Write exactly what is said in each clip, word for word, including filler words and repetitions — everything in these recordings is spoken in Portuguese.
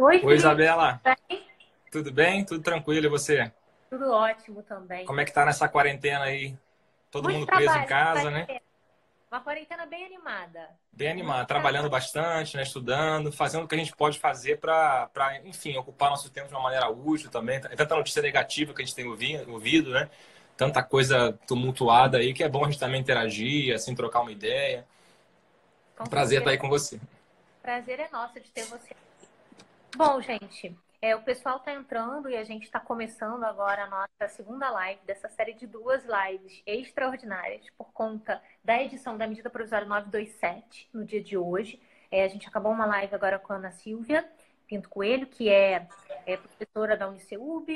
Oi, Oi, Felipe. Isabela. Tudo bem? Tudo bem? Tudo tranquilo, e você? Tudo ótimo também. Como é que tá nessa quarentena aí? Todo Muito mundo preso em trabalho, casa, vale a né? pena. Uma quarentena bem animada. Bem Muito animado, trabalhando trabalho. bastante, né? Estudando, fazendo o que a gente pode fazer para, para, enfim, ocupar nosso tempo de uma maneira útil também. É tanta notícia negativa que a gente tem ouvi- ouvido, né? Tanta coisa tumultuada aí que é bom a gente também interagir, assim, trocar uma ideia. Um Com prazer estar certeza. aí com você. Prazer é nosso de ter você. Bom, gente, é, o pessoal está entrando e a gente está começando agora a nossa segunda live dessa série de duas lives extraordinárias por conta da edição da medida provisória novecentos e vinte e sete no dia de hoje. É, a gente acabou uma live agora com a Ana Silvia Pinto Coelho, que é, é professora da Uniceup,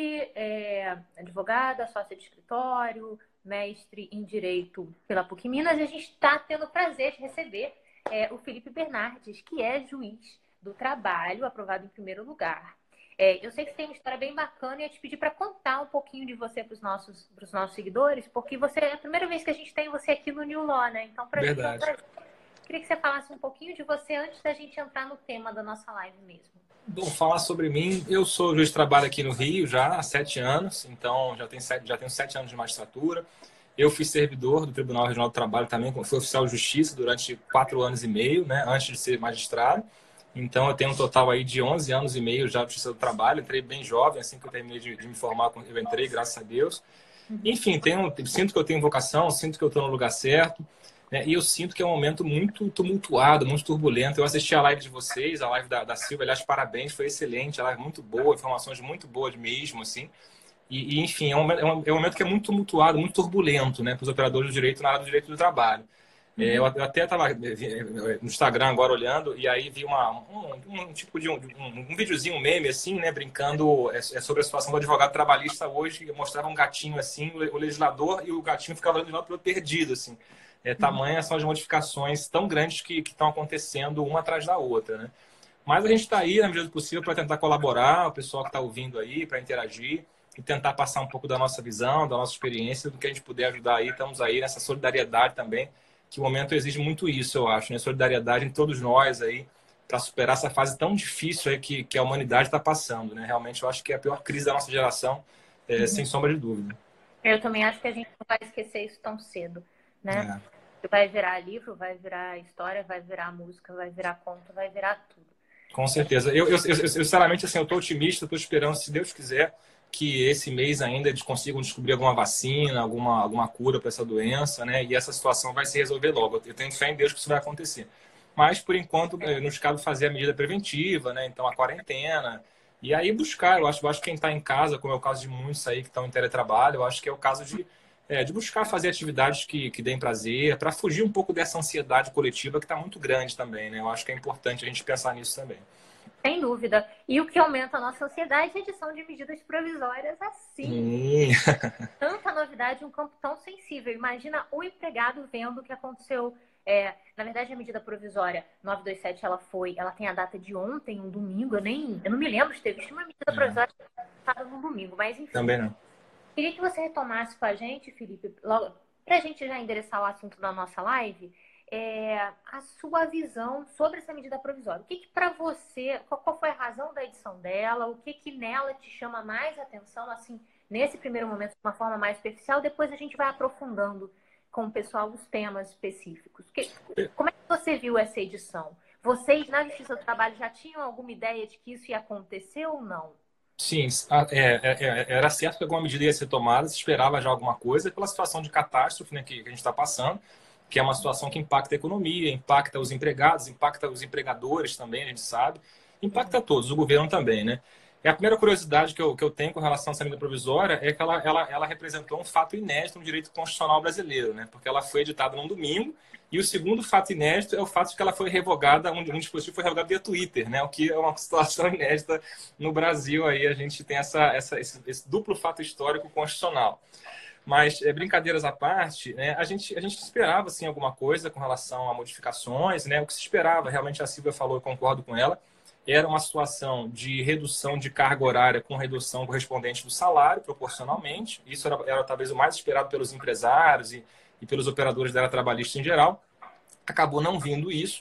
é advogada, sócia de escritório, mestre em Direito pela PUC Minas, e a gente está tendo o prazer de receber é, o Felipe Bernardes, que é juiz do trabalho, aprovado em primeiro lugar. É, eu sei que você tem uma história bem bacana e ia te pedir para contar um pouquinho de você para os nossos, pros nossos seguidores, porque você é a primeira vez que a gente tem você aqui no New Law, né? Então, para a gente é um Verdade. prazer. Queria que você falasse um pouquinho de você antes da gente entrar no tema da nossa live mesmo. Bom, falar sobre mim, eu sou juiz de trabalho aqui no Rio já há sete anos, então já tenho sete, já tenho sete anos de magistratura. Eu fui servidor do Tribunal Regional do Trabalho também, fui oficial de justiça durante quatro anos e meio, né, antes de ser magistrado. Então eu tenho um total aí de onze anos e meio já de justiça do trabalho. Entrei bem jovem, assim que eu terminei de, de me formar, eu entrei, graças a Deus. Uhum. Enfim, tenho, sinto que eu tenho vocação, sinto que eu estou no lugar certo, né? E eu sinto que é um momento muito tumultuado, muito turbulento. Eu assisti a live de vocês, a live da, da Silvia, aliás, parabéns, foi excelente, a live muito boa, informações muito boas mesmo, assim. E, e enfim, é um, é, um, é um momento que é muito tumultuado, muito turbulento, né, para os operadores do direito na área do direito do trabalho. É, eu, Uhum. eu até estava no Instagram agora olhando e aí vi uma, um, um tipo de um, um, um videozinho, um meme assim, né, brincando é, é sobre a situação do advogado trabalhista hoje, que mostrava um gatinho assim, o legislador e o gatinho ficava olhando de lado perdido, assim. É, Uhum. tamanhas são as modificações tão grandes que estão acontecendo uma atrás da outra, né? Mas a gente está aí, na medida do possível, para tentar colaborar, o pessoal que está ouvindo aí, para interagir e tentar passar um pouco da nossa visão, da nossa experiência, do que a gente puder ajudar aí. Estamos aí nessa solidariedade também, que o momento exige muito isso, eu acho, né? Solidariedade em todos nós aí, para superar essa fase tão difícil aí que, que a humanidade está passando, né? Realmente, eu acho que é a pior crise da nossa geração, é, sem Uhum. sombra de dúvida. Eu também acho que a gente não vai esquecer isso tão cedo, né? É. Vai virar livro, vai virar história, vai virar música, vai virar conto, vai virar tudo. Com certeza. Eu, eu, eu, eu sinceramente, assim, eu estou otimista, estou esperando, se Deus quiser, que esse mês ainda eles consigam descobrir alguma vacina, alguma, alguma cura para essa doença, né? E essa situação vai se resolver logo. Eu tenho fé em Deus que isso vai acontecer. Mas, por enquanto, eh, nos cabe fazer a medida preventiva, né? Então, a quarentena. E aí buscar, eu acho, eu acho que quem está em casa, como é o caso de muitos aí que estão em teletrabalho, eu acho que é o caso de, é, de buscar fazer atividades que, que deem prazer, para fugir um pouco dessa ansiedade coletiva que está muito grande também, né? Eu acho que é importante a gente pensar nisso também. Sem dúvida. E o que aumenta a nossa ansiedade é a edição de medidas provisórias assim. Sim, Tanta novidade em um campo tão sensível. Imagina o empregado vendo o que aconteceu. É, na verdade, a medida provisória novecentos e vinte e sete, ela foi, ela tem a data de ontem, um domingo. Eu nem, eu não me lembro de ter visto uma medida é, provisória passada no domingo, mas enfim. também não. Queria que você retomasse com a gente, Felipe, logo, para a gente já endereçar o assunto da nossa live, é, a sua visão sobre essa medida provisória. O que, que para você, qual, qual foi a razão da edição dela? O que, que nela te chama mais atenção, assim, nesse primeiro momento, de uma forma mais superficial? Depois a gente vai aprofundando com o pessoal os temas específicos. Que, como é que você viu essa edição? Vocês, na Justiça do Trabalho, já tinham alguma ideia de que isso ia acontecer ou não? Sim, a- é, é, é, era certo que alguma medida ia ser tomada, se esperava já alguma coisa, pela situação de catástrofe, né, que, que a gente está passando, que é uma situação que impacta a economia, impacta os empregados, impacta os empregadores também, a gente sabe, Uhum. impacta todos, o governo também, né? E a primeira curiosidade que eu, que eu tenho com relação a essa medida provisória é que ela, ela, ela representou um fato inédito no direito constitucional brasileiro, né? Porque ela foi editada num domingo, e o segundo fato inédito é o fato de que ela foi revogada, um, um dispositivo foi revogado via Twitter, né? O que é uma situação inédita no Brasil. Aí a gente tem essa, essa, esse, esse duplo fato histórico constitucional. Mas, é, brincadeiras à parte, né, a, gente, a gente esperava assim, alguma coisa com relação a modificações. Né, o que se esperava, realmente a Silvia falou, eu concordo com ela, era uma situação de redução de carga horária com redução correspondente do salário, proporcionalmente. Isso era, era talvez o mais esperado pelos empresários e, e pelos operadores da área trabalhista em geral. Acabou não vindo isso, né?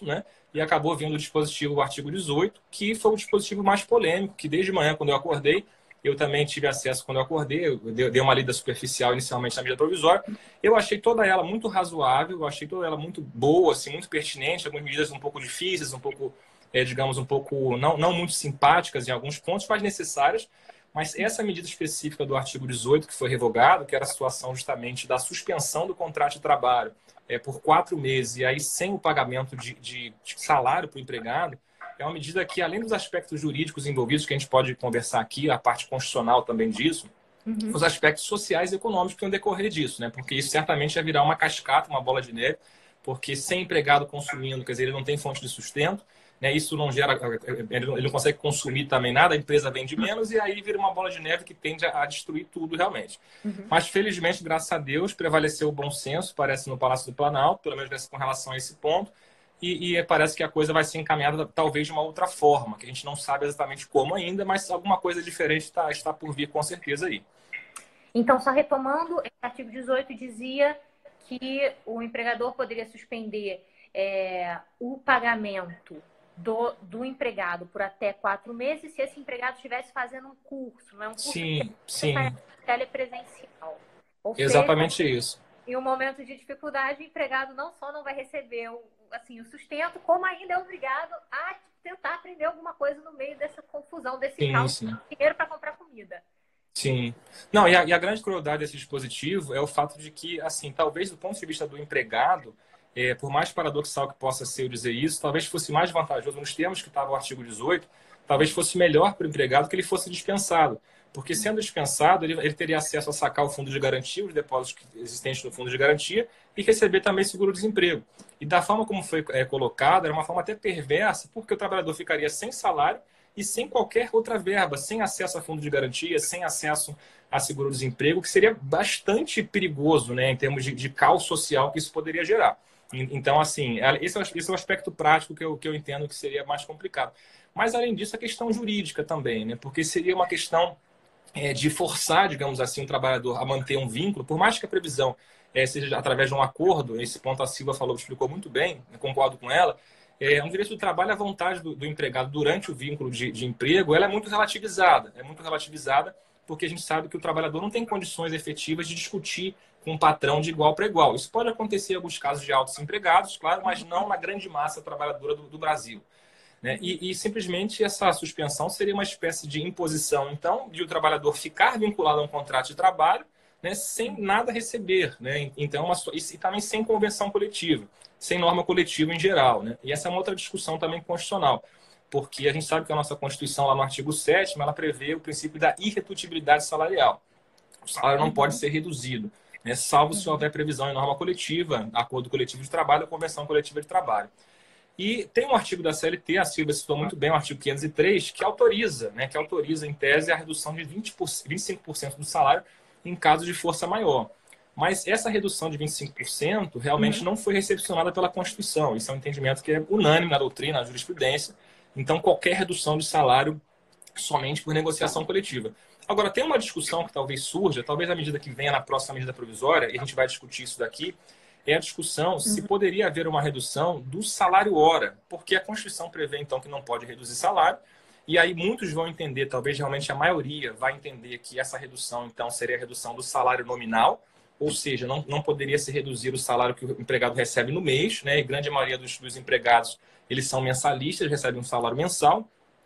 e acabou vindo o dispositivo, o artigo dezoito, que foi o dispositivo mais polêmico, que desde manhã, quando eu acordei, eu também tive acesso quando eu acordei, eu dei uma lida superficial inicialmente na medida provisória, eu achei toda ela muito razoável, eu achei toda ela muito boa, assim, muito pertinente, algumas medidas um pouco difíceis, um pouco, é, digamos, um pouco não, não muito simpáticas em alguns pontos, mas necessárias. Mas essa medida específica do artigo dezoito, que foi revogado, que era a situação justamente da suspensão do contrato de trabalho é, por quatro meses e aí sem o pagamento de, de, de salário para o empregado, é uma medida que, além dos aspectos jurídicos envolvidos, que a gente pode conversar aqui, a parte constitucional também disso, uhum. os aspectos sociais e econômicos que vão decorrer disso, né? Porque isso certamente vai virar uma cascata, uma bola de neve, porque sem empregado consumindo, quer dizer, ele não tem fonte de sustento, né? Isso não gera, ele não consegue consumir também nada, a empresa vende menos e aí vira uma bola de neve que tende a destruir tudo realmente. Uhum. Mas felizmente, graças a Deus, prevaleceu o bom senso, parece no Palácio do Planalto, pelo menos com relação a esse ponto, e, e parece que a coisa vai ser encaminhada talvez de uma outra forma, que a gente não sabe exatamente como ainda, mas alguma coisa diferente está, está por vir com certeza aí. Então, só retomando, esse artigo dezoito dizia que o empregador poderia suspender é, o pagamento Do, do empregado por até quatro meses se esse empregado estivesse fazendo um curso, não é um curso sim, sim. telepresencial. Ou Exatamente seja, isso. Em um momento de dificuldade, o empregado não só não vai receber o, assim, o sustento, como ainda é obrigado a tentar aprender alguma coisa no meio dessa confusão, desse sim, caos, sim. dinheiro para comprar comida. Sim. Não, e a, e a grande crueldade desse dispositivo é o fato de que, assim, talvez do ponto de vista do empregado, É, por mais paradoxal que possa ser eu dizer isso, talvez fosse mais vantajoso nos termos que estava o artigo dezoito, talvez fosse melhor para o empregado que ele fosse dispensado. Porque sendo dispensado, ele, ele teria acesso a sacar o fundo de garantia, os depósitos existentes no fundo de garantia, e receber também seguro-desemprego. E da forma como foi é, colocado, era uma forma até perversa, porque o trabalhador ficaria sem salário e sem qualquer outra verba, sem acesso a fundo de garantia, sem acesso a seguro-desemprego, que seria bastante perigoso, né, em termos de, de caos social que isso poderia gerar. Então, assim, esse é, esse é o aspecto prático que eu, que eu entendo que seria mais complicado. Mas, além disso, a questão jurídica também, né? Porque seria uma questão é, de forçar, digamos assim, o trabalhador a manter um vínculo, por mais que a previsão é, seja através de um acordo, esse ponto a Silva falou, explicou muito bem, concordo com ela, é, um direito do trabalho, a vontade do, do empregado durante o vínculo de, de emprego, ela é muito relativizada, é muito relativizada porque a gente sabe que o trabalhador não tem condições efetivas de discutir com um patrão de igual para igual. Isso pode acontecer em alguns casos de altos empregados, claro, mas não na grande massa trabalhadora do, do Brasil. Né? E, e simplesmente essa suspensão seria uma espécie de imposição, então, de o trabalhador ficar vinculado a um contrato de trabalho, né, sem nada receber. Né? Então, uma, e também sem convenção coletiva, sem norma coletiva em geral. Né? E essa é uma outra discussão também constitucional, porque a gente sabe que a nossa Constituição, lá no artigo sétimo, ela prevê o princípio da irretutibilidade salarial. O salário não pode ser reduzido, né, salvo se houver previsão em norma coletiva, acordo coletivo de trabalho ou convenção coletiva de trabalho. E tem um artigo da C L T, a Silvia citou muito bem, o artigo quinhentos e três, que autoriza, né, que autoriza, em tese, a redução de vinte por cento, vinte e cinco por cento do salário em caso de força maior. Mas essa redução de vinte e cinco por cento realmente uhum. não foi recepcionada pela Constituição. Isso é um entendimento que é unânime na doutrina, na jurisprudência. Então, qualquer redução de salário somente por negociação coletiva. Agora, tem uma discussão que talvez surja, talvez à medida que venha na próxima medida provisória, e a gente vai discutir isso daqui, é a discussão uhum. se poderia haver uma redução do salário hora, porque a Constituição prevê, então, que não pode reduzir salário, e aí muitos vão entender, talvez realmente a maioria vai entender que essa redução, então, seria a redução do salário nominal, ou seja, não, não poderia se reduzir o salário que o empregado recebe no mês, né? E grande maioria dos, dos empregados, eles são mensalistas, recebem um salário mensal,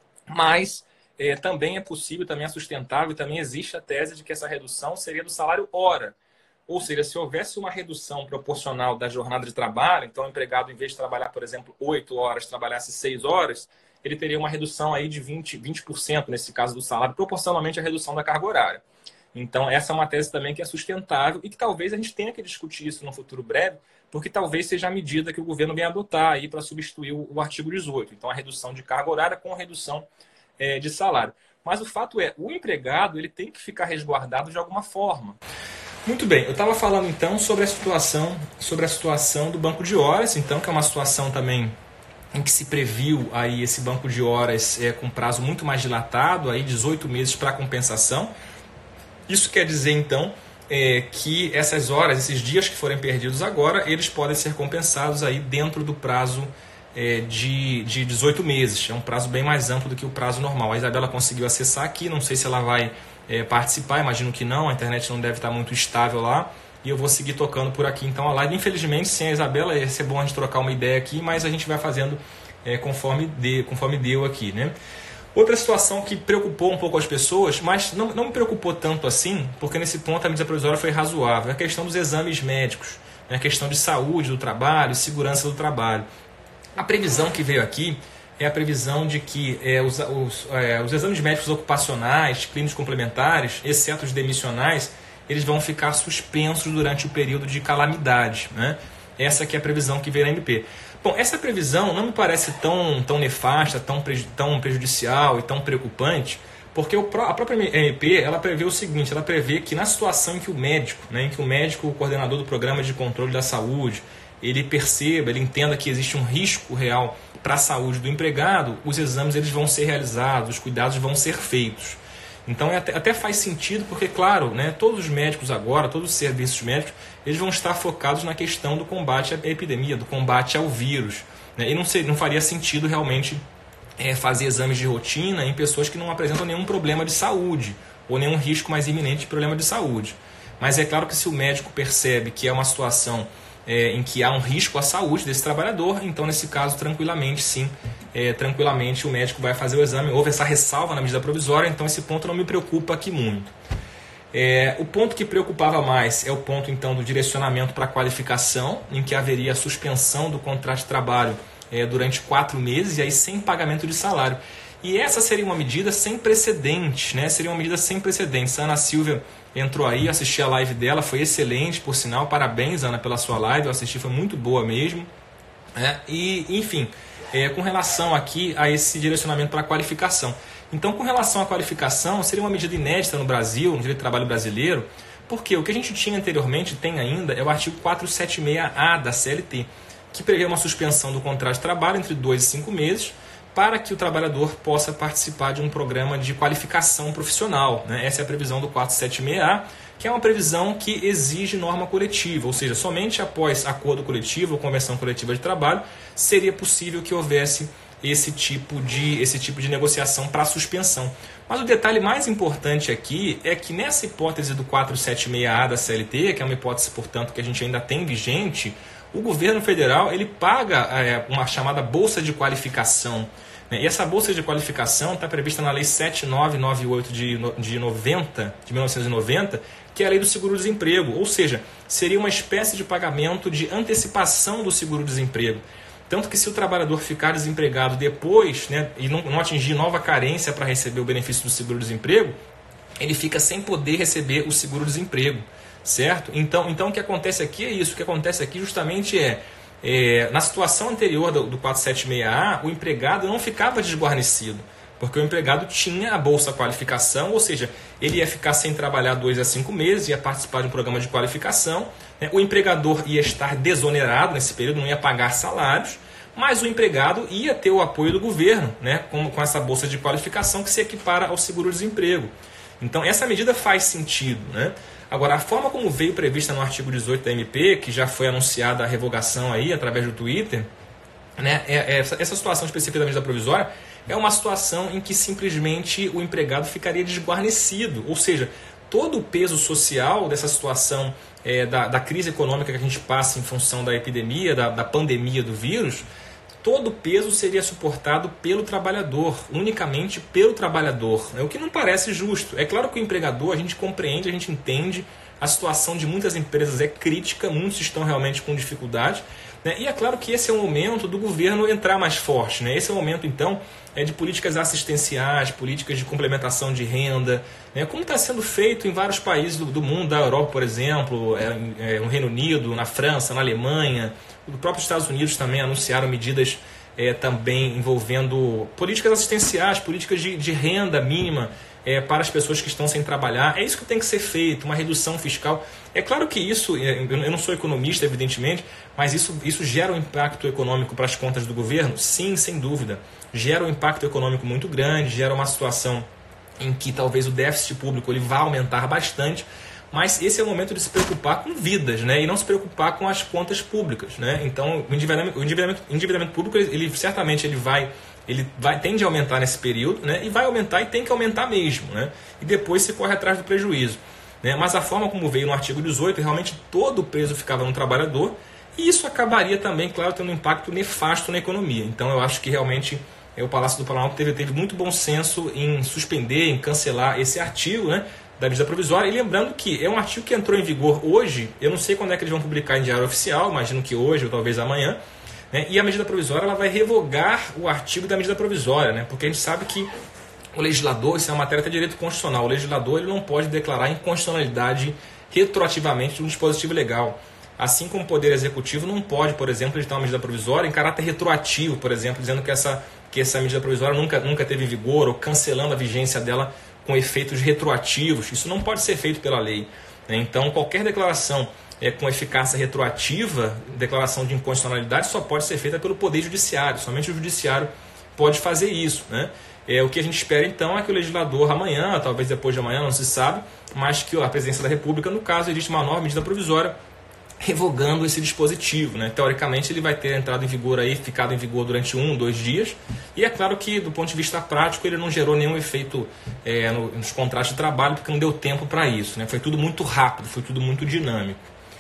mas é, também é possível, também é sustentável, também existe a tese de que essa redução seria do salário hora. Ou seja, se houvesse uma redução proporcional da jornada de trabalho, então o empregado, em vez de trabalhar, por exemplo, oito horas, trabalhasse seis horas, ele teria uma redução aí de vinte, vinte por cento nesse caso do salário, proporcionalmente à redução da carga horária. Então, essa é uma tese também que é sustentável e que talvez a gente tenha que discutir isso no futuro breve, porque talvez seja a medida que o governo venha adotar aí para substituir o artigo dezoito. Então, a redução de carga horária com a redução é, de salário. Mas o fato é, o empregado ele tem que ficar resguardado de alguma forma. Muito bem, eu estava falando então sobre a situação, sobre a situação do banco de horas, então, que é uma situação também em que se previu aí esse banco de horas é, com prazo muito mais dilatado, aí dezoito meses para compensação. Isso quer dizer, então, é, que essas horas, esses dias que forem perdidos agora, eles podem ser compensados aí dentro do prazo é, de, de dezoito meses. É um prazo bem mais amplo do que o prazo normal. A Isabela conseguiu acessar aqui, não sei se ela vai é, participar, imagino que não, a internet não deve estar muito estável lá, e eu vou seguir tocando por aqui então a live. Infelizmente, sem a Isabela, ia ser bom a gente trocar uma ideia aqui, mas a gente vai fazendo é, conforme, de, conforme deu aqui, né? Outra situação que preocupou um pouco as pessoas, mas não, não me preocupou tanto assim, porque nesse ponto a medida provisória foi razoável, é a questão dos exames médicos, é a questão de saúde do trabalho, segurança do trabalho. A previsão que veio aqui é a previsão de que é, os, os, é, os exames médicos ocupacionais, clínicos complementares, exceto os demissionais, eles vão ficar suspensos durante o período de calamidade, né? Essa que é a previsão que veio na M P. Bom, essa previsão não me parece tão, tão nefasta, tão, tão prejudicial e tão preocupante, porque o, a própria M P ela prevê o seguinte, ela prevê que na situação em que o médico, né, em que o médico, o coordenador do programa de controle da saúde, ele perceba, ele entenda que existe um risco real para a saúde do empregado, os exames eles vão ser realizados, os cuidados vão ser feitos. Então é até, até faz sentido, porque claro, né, todos os médicos agora, todos os serviços médicos, eles vão estar focados na questão do combate à epidemia, do combate ao vírus, né, e não, ser, não faria sentido realmente é, fazer exames de rotina em pessoas que não apresentam nenhum problema de saúde, ou nenhum risco mais iminente de problema de saúde. Mas é claro que se o médico percebe que é uma situação é, em que há um risco à saúde desse trabalhador, então nesse caso tranquilamente sim, é, tranquilamente o médico vai fazer o exame. Houve essa ressalva na medida provisória, então esse ponto não me preocupa aqui muito. É, o ponto que preocupava mais é o ponto então do direcionamento para a qualificação, em que haveria a suspensão do contrato de trabalho é, durante quatro meses e aí sem pagamento de salário. E essa seria uma medida sem precedentes, né? Seria uma medida sem precedentes. A Ana Silvia entrou aí, assisti a live dela, foi excelente, por sinal. Parabéns, Ana, pela sua live, eu assisti, foi muito boa mesmo. É, e, enfim, é, com relação aqui a esse direcionamento para a qualificação. Então, com relação à qualificação, seria uma medida inédita no Brasil, no direito do trabalho brasileiro, porque o que a gente tinha anteriormente, tem ainda, é o artigo quatrocentos e setenta e seis A da C L T, que prevê uma suspensão do contrato de trabalho entre dois e cinco meses, para que o trabalhador possa participar de um programa de qualificação profissional, né? Essa é a previsão do quatrocentos e setenta e seis A, que é uma previsão que exige norma coletiva, ou seja, somente após acordo coletivo ou convenção coletiva de trabalho seria possível que houvesse esse tipo de, esse tipo de negociação para suspensão. Mas o detalhe mais importante aqui é que nessa hipótese do quatrocentos e setenta e seis A da C L T, que é uma hipótese, portanto, que a gente ainda tem vigente, o governo federal ele paga é, uma chamada bolsa de qualificação. Né? E essa bolsa de qualificação está prevista na Lei sete mil novecentos e noventa e oito de, de, noventa, de mil novecentos e noventa, que é a Lei do Seguro-Desemprego. Ou seja, seria uma espécie de pagamento de antecipação do seguro-desemprego. Tanto que se o trabalhador ficar desempregado depois, né, e não, não atingir nova carência para receber o benefício do seguro-desemprego, ele fica sem poder receber o seguro-desemprego. Certo? Então, então o que acontece aqui é isso. O que acontece aqui justamente é, é na situação anterior do, do quatrocentos e setenta e seis A, o empregado não ficava desguarnecido, porque o empregado tinha a bolsa qualificação, ou seja, ele ia ficar sem trabalhar dois a cinco meses, ia participar de um programa de qualificação, né? O empregador ia estar desonerado nesse período, não ia pagar salários, mas o empregado ia ter o apoio do governo, né? com, com essa bolsa de qualificação que se equipara ao seguro-desemprego. Então, essa medida faz sentido, né? Agora, a forma como veio prevista no artigo dezoito da M P, que já foi anunciada a revogação aí através do Twitter, né, é, é, essa, essa situação específica da medida provisória é uma situação em que simplesmente o empregado ficaria desguarnecido, ou seja, todo o peso social dessa situação é, da, da crise econômica que a gente passa em função da epidemia, da, da pandemia do vírus, todo o peso seria suportado pelo trabalhador, unicamente pelo trabalhador, o que não parece justo. É claro que o empregador, a gente compreende, a gente entende, a situação de muitas empresas é crítica, muitos estão realmente com dificuldade, né? E é claro que esse é o momento do governo entrar mais forte, né? Esse é o momento, então, é de políticas assistenciais, políticas de complementação de renda, né? Como está sendo feito em vários países do, do mundo, da Europa, por exemplo, é, é, no Reino Unido, na França, na Alemanha. Os próprios Estados Unidos também anunciaram medidas é, também envolvendo políticas assistenciais, políticas de, de renda mínima é, para as pessoas que estão sem trabalhar. É isso que tem que ser feito, uma redução fiscal. É claro que isso, eu não sou economista, evidentemente, mas isso, isso gera um impacto econômico para as contas do governo? Sim, sem dúvida. Gera um impacto econômico muito grande, gera uma situação em que talvez o déficit público ele vá aumentar bastante, Mas esse é o momento de se preocupar com vidas, né? E não se preocupar com as contas públicas, né? Então, o endividamento, o endividamento, endividamento público, ele, ele certamente ele vai, ele vai, tende a aumentar nesse período, né? E vai aumentar e tem que aumentar mesmo, né? E depois se corre atrás do prejuízo, né? Mas a forma como veio no artigo dezoito, realmente todo o peso ficava no trabalhador, e isso acabaria também, claro, tendo um impacto nefasto na economia. Então, eu acho que realmente o Palácio do Planalto teve, teve muito bom senso em suspender, em cancelar esse artigo, né, da medida provisória. E lembrando que é um artigo que entrou em vigor hoje, eu não sei quando é que eles vão publicar em diário oficial, imagino que hoje ou talvez amanhã, né, e a medida provisória ela vai revogar o artigo da medida provisória, né, porque a gente sabe que o legislador, isso é uma matéria até de direito constitucional, o legislador ele não pode declarar inconstitucionalidade retroativamente de um dispositivo legal. Assim como o Poder Executivo não pode, por exemplo, editar uma medida provisória em caráter retroativo, por exemplo, dizendo que essa, que essa medida provisória nunca, nunca teve vigor, ou cancelando a vigência dela com efeitos retroativos. Isso não pode ser feito pela lei, né? Então, qualquer declaração é, com eficácia retroativa, declaração de inconstitucionalidade, só pode ser feita pelo Poder Judiciário. Somente o Judiciário pode fazer isso, né? É, o que a gente espera, então, é que o legislador amanhã, talvez depois de amanhã, não se sabe, mas que a Presidência da República, no caso, existe uma nova medida provisória revogando esse dispositivo, né? Teoricamente ele vai ter entrado em vigor aí, ficado em vigor durante um, dois dias, e é claro que do ponto de vista prático ele não gerou nenhum efeito é, no, nos contratos de trabalho, porque não deu tempo para isso, né? Foi tudo muito rápido, foi tudo muito dinâmico.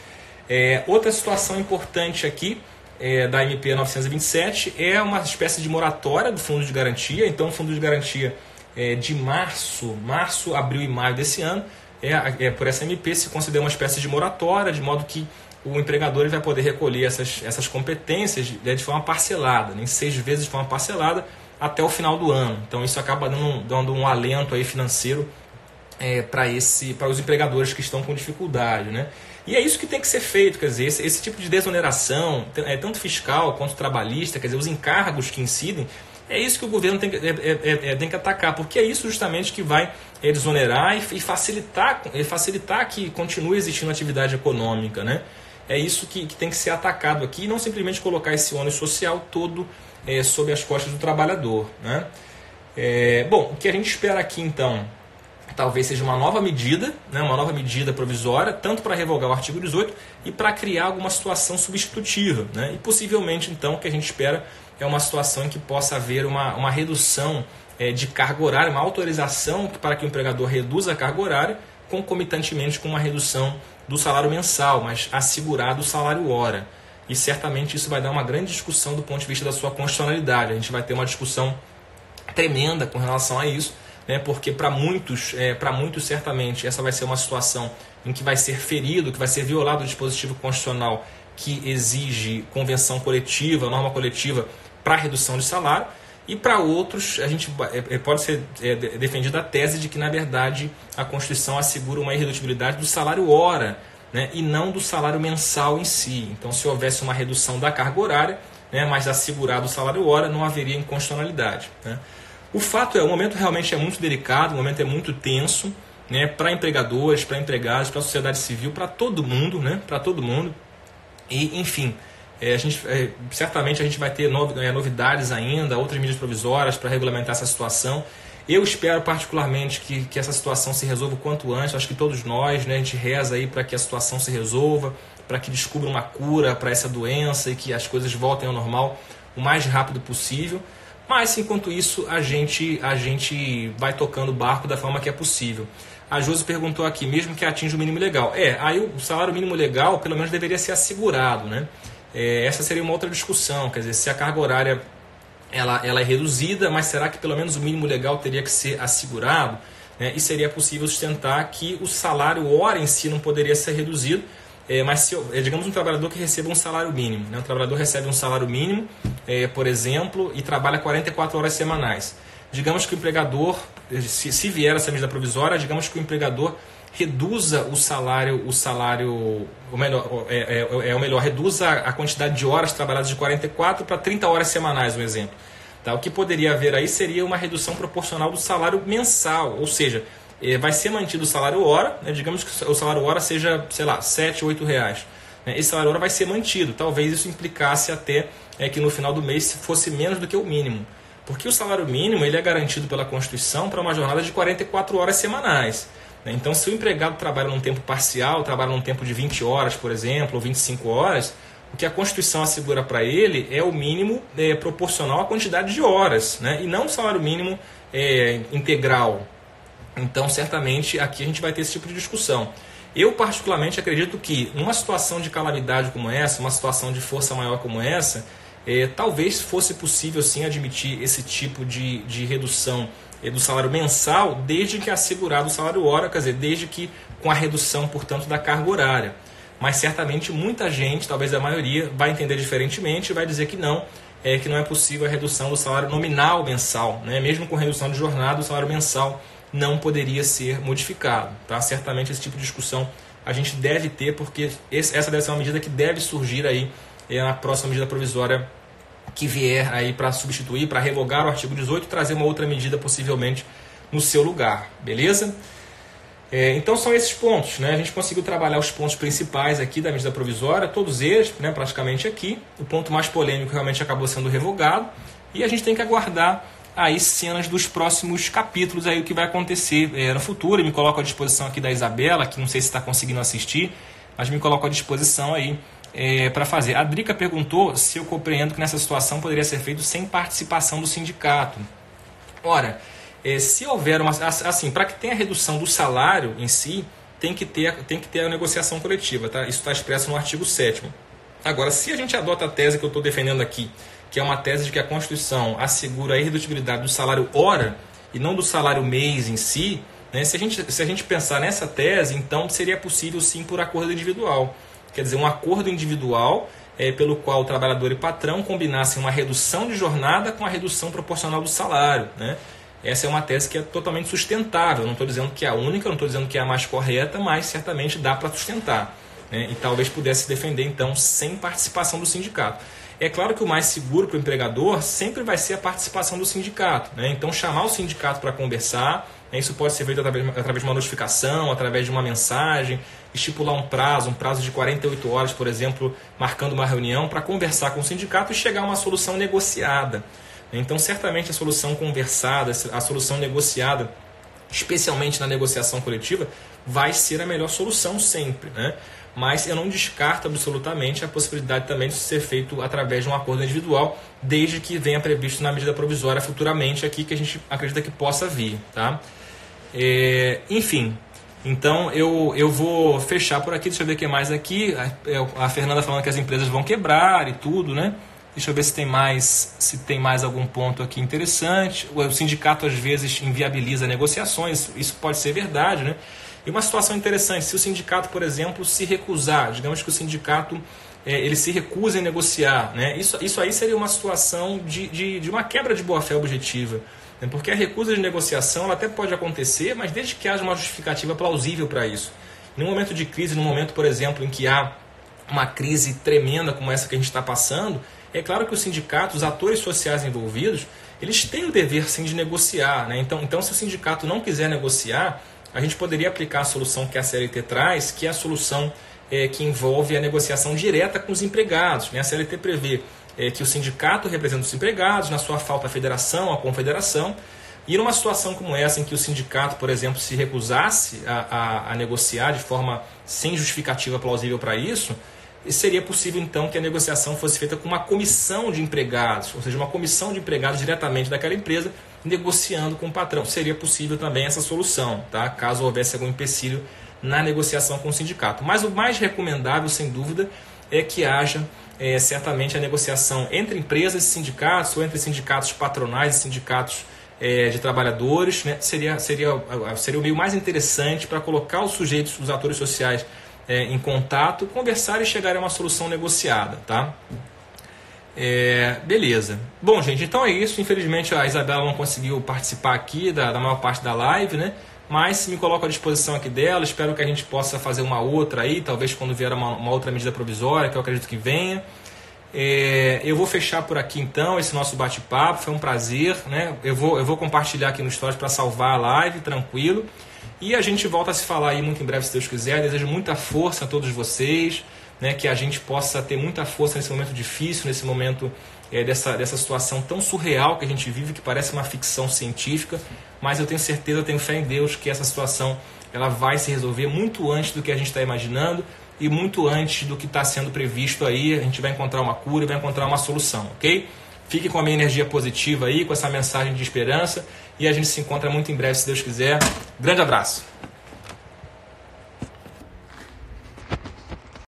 É, outra situação importante aqui é, da M P novecentos e vinte e sete é uma espécie de moratória do Fundo de Garantia. Então o Fundo de Garantia é, de março, março, abril e maio desse ano, é, é, por essa M P se considera uma espécie de moratória, de modo que o empregador ele vai poder recolher essas, essas competências de, de forma parcelada, em seis vezes de forma parcelada até o final do ano. Então isso acaba dando, dando um alento aí financeiro é, para esse, para os empregadores que estão com dificuldade, né? E é isso que tem que ser feito, quer dizer, esse, esse tipo de desoneração, é, tanto fiscal quanto trabalhista, quer dizer, os encargos que incidem, é isso que o governo tem que, é, é, é, tem que atacar, porque é isso justamente que vai é, desonerar e, e facilitar, é, facilitar que continue existindo atividade econômica, né? É isso que, que tem que ser atacado aqui, e não simplesmente colocar esse ônus social todo é, sob as costas do trabalhador, né? É, bom, o que a gente espera aqui então, talvez seja uma nova medida, né, uma nova medida provisória, tanto para revogar o artigo dezoito e para criar alguma situação substitutiva, né? E possivelmente então o que a gente espera é uma situação em que possa haver uma, uma redução é, de carga horária, uma autorização para que o empregador reduza a carga horária, concomitantemente com uma redução do salário mensal, mas assegurado o salário hora. E certamente isso vai dar uma grande discussão do ponto de vista da sua constitucionalidade. A gente vai ter uma discussão tremenda com relação a isso, né, porque para muitos, é, para muitos certamente essa vai ser uma situação em que vai ser ferido, que vai ser violado o dispositivo constitucional que exige convenção coletiva, norma coletiva para redução de salário. E para outros, a gente é, pode ser é, defendida a tese de que, na verdade, a Constituição assegura uma irredutibilidade do salário hora, né, e não do salário mensal em si. Então, se houvesse uma redução da carga horária, né, mas assegurado o salário hora, não haveria inconstitucionalidade, né. O fato é, o momento realmente é muito delicado, o momento é muito tenso, né, para empregadores, para empregados, para a sociedade civil, para todo mundo, né, para todo mundo. E, enfim... É, a gente, é, certamente a gente vai ter no, é, novidades ainda, outras medidas provisórias para regulamentar essa situação. Eu espero particularmente que, que essa situação se resolva o quanto antes. Acho que todos nós, né, a gente reza aí para que a situação se resolva, para que descubra uma cura para essa doença e que as coisas voltem ao normal o mais rápido possível. Mas enquanto isso a gente, a gente vai tocando o barco da forma que é possível. A Josi perguntou aqui, mesmo que atinja o mínimo legal. É, aí o salário mínimo legal pelo menos deveria ser assegurado, né? É, essa seria uma outra discussão, quer dizer, se a carga horária ela, ela é reduzida, mas será que pelo menos o mínimo legal teria que ser assegurado? É, e seria possível sustentar que o salário hora em si não poderia ser reduzido, é, mas se, é, digamos um trabalhador que receba um salário mínimo, né? O trabalhador recebe um salário mínimo, é, por exemplo, e trabalha quarenta e quatro horas semanais. Digamos que o empregador, se, se vier essa medida provisória, digamos que o empregador reduza o salário, o salário, o melhor, é, é, é o melhor, reduza a quantidade de horas trabalhadas de quarenta e quatro para trinta horas semanais, um exemplo. Tá? O que poderia haver aí seria uma redução proporcional do salário mensal, ou seja, é, vai ser mantido o salário hora, né? Digamos que o salário hora seja, sei lá, sete, oito reais. Né? Esse salário hora vai ser mantido, talvez isso implicasse até é, que no final do mês fosse menos do que o mínimo. Porque o salário mínimo ele é garantido pela Constituição para uma jornada de quarenta e quatro horas semanais. Então, se o empregado trabalha num tempo parcial, trabalha num tempo de vinte horas, por exemplo, ou vinte e cinco horas, o que a Constituição assegura para ele é o mínimo é, proporcional à quantidade de horas, né? E não o salário mínimo é, integral. Então, certamente, aqui a gente vai ter esse tipo de discussão. Eu, particularmente, acredito que numa situação de calamidade como essa, uma situação de força maior como essa, é, talvez fosse possível, sim, admitir esse tipo de, de redução do salário mensal, desde que assegurado o salário hora, quer dizer, desde que com a redução, portanto, da carga horária. Mas certamente muita gente, talvez a maioria, vai entender diferentemente e vai dizer que não, é, que não é possível a redução do salário nominal mensal, né? Mesmo com redução de jornada, o salário mensal não poderia ser modificado. Tá? Certamente esse tipo de discussão a gente deve ter, porque esse, essa deve ser uma medida que deve surgir aí é, na próxima medida provisória que vier aí para substituir, para revogar o artigo dezoito e trazer uma outra medida possivelmente no seu lugar, beleza? É, então são esses pontos, né? A gente conseguiu trabalhar os pontos principais aqui da medida provisória, todos eles, né, praticamente aqui. O ponto mais polêmico realmente acabou sendo revogado e a gente tem que aguardar aí cenas dos próximos capítulos, aí o que vai acontecer é, no futuro. Eu me coloco à disposição aqui da Isabela, que não sei se está conseguindo assistir, mas me coloco à disposição aí É, para fazer. A Drica perguntou se eu compreendo que nessa situação poderia ser feito sem participação do sindicato. Ora, é, se houver uma... Assim, para que tenha a redução do salário em si, tem que ter, tem que ter a negociação coletiva. Tá? Isso está expresso no artigo sétimo. Agora, se a gente adota a tese que eu estou defendendo aqui, que é uma tese de que a Constituição assegura a irredutibilidade do salário hora e não do salário mês em si, né? se, a gente, se a gente pensar nessa tese, então seria possível sim por acordo individual. Quer dizer, um acordo individual é, pelo qual o trabalhador e patrão combinassem uma redução de jornada com a redução proporcional do salário, né? Essa é uma tese que é totalmente sustentável. Não estou dizendo que é a única, não estou dizendo que é a mais correta, mas certamente dá para sustentar, né? E talvez pudesse defender, então, sem participação do sindicato. É claro que o mais seguro para o empregador sempre vai ser a participação do sindicato, né? Então, chamar o sindicato para conversar, né? Isso pode ser feito através, através de uma notificação, através de uma mensagem, estipular um prazo, um prazo de quarenta e oito horas, por exemplo, marcando uma reunião para conversar com o sindicato e chegar a uma solução negociada. Então, certamente a solução conversada, a solução negociada, especialmente na negociação coletiva, vai ser a melhor solução sempre, né? Mas eu não descarto absolutamente a possibilidade também de ser feito através de um acordo individual, desde que venha previsto na medida provisória futuramente aqui, que a gente acredita que possa vir, tá? É, enfim, então eu, eu vou fechar por aqui. Deixa eu ver o que mais aqui. A, a Fernanda falando que as empresas vão quebrar e tudo, né? Deixa eu ver se tem mais, se tem mais algum ponto aqui interessante. O sindicato às vezes inviabiliza negociações, isso pode ser verdade, né? E uma situação interessante, se o sindicato, por exemplo, se recusar, digamos que o sindicato é, ele se recusa em negociar, né? Isso, isso aí seria uma situação de, de, de uma quebra de boa-fé objetiva, né? Porque a recusa de negociação ela até pode acontecer, mas desde que haja uma justificativa plausível para isso. Num momento de crise, num momento, por exemplo, em que há uma crise tremenda como essa que a gente está passando, é claro que os sindicatos, os atores sociais envolvidos, eles têm o dever sim de negociar, né? Então, então, se o sindicato não quiser negociar, a gente poderia aplicar a solução que a C L T traz, que é a solução é, que envolve a negociação direta com os empregados, né? A C L T prevê é, que o sindicato representa os empregados, na sua falta a federação, a confederação, e numa situação como essa, em que o sindicato, por exemplo, se recusasse a, a, a negociar de forma sem justificativa plausível para isso, seria possível então que a negociação fosse feita com uma comissão de empregados, ou seja, uma comissão de empregados diretamente daquela empresa, negociando com o patrão. Seria possível também essa solução, tá? Caso houvesse algum empecilho na negociação com o sindicato. Mas o mais recomendável, sem dúvida, é que haja é, certamente a negociação entre empresas e sindicatos, ou entre sindicatos patronais e sindicatos é, de trabalhadores, né? Seria, seria, seria o meio mais interessante para colocar os sujeitos, os atores sociais é, em contato, conversar e chegar a uma solução negociada, tá? É, beleza. Bom, gente, então é isso. Infelizmente a Isabela não conseguiu participar aqui da, da maior parte da live, né? Mas me coloco à disposição aqui dela. Espero que a gente possa fazer uma outra aí, talvez quando vier uma, uma outra medida provisória, que eu acredito que venha. É, eu vou fechar por aqui então esse nosso bate-papo. Foi um prazer, né? Eu vou, eu vou compartilhar aqui no Stories para salvar a live, tranquilo. E a gente volta a se falar aí muito em breve, se Deus quiser. Desejo muita força a todos vocês, né, que a gente possa ter muita força nesse momento difícil, nesse momento é, dessa, dessa situação tão surreal que a gente vive, que parece uma ficção científica, mas eu tenho certeza, eu tenho fé em Deus que essa situação ela vai se resolver muito antes do que a gente está imaginando e muito antes do que está sendo previsto aí. A gente vai encontrar uma cura, vai encontrar uma solução, ok? Fique com a minha energia positiva aí, com essa mensagem de esperança, e a gente se encontra muito em breve, se Deus quiser. Grande abraço!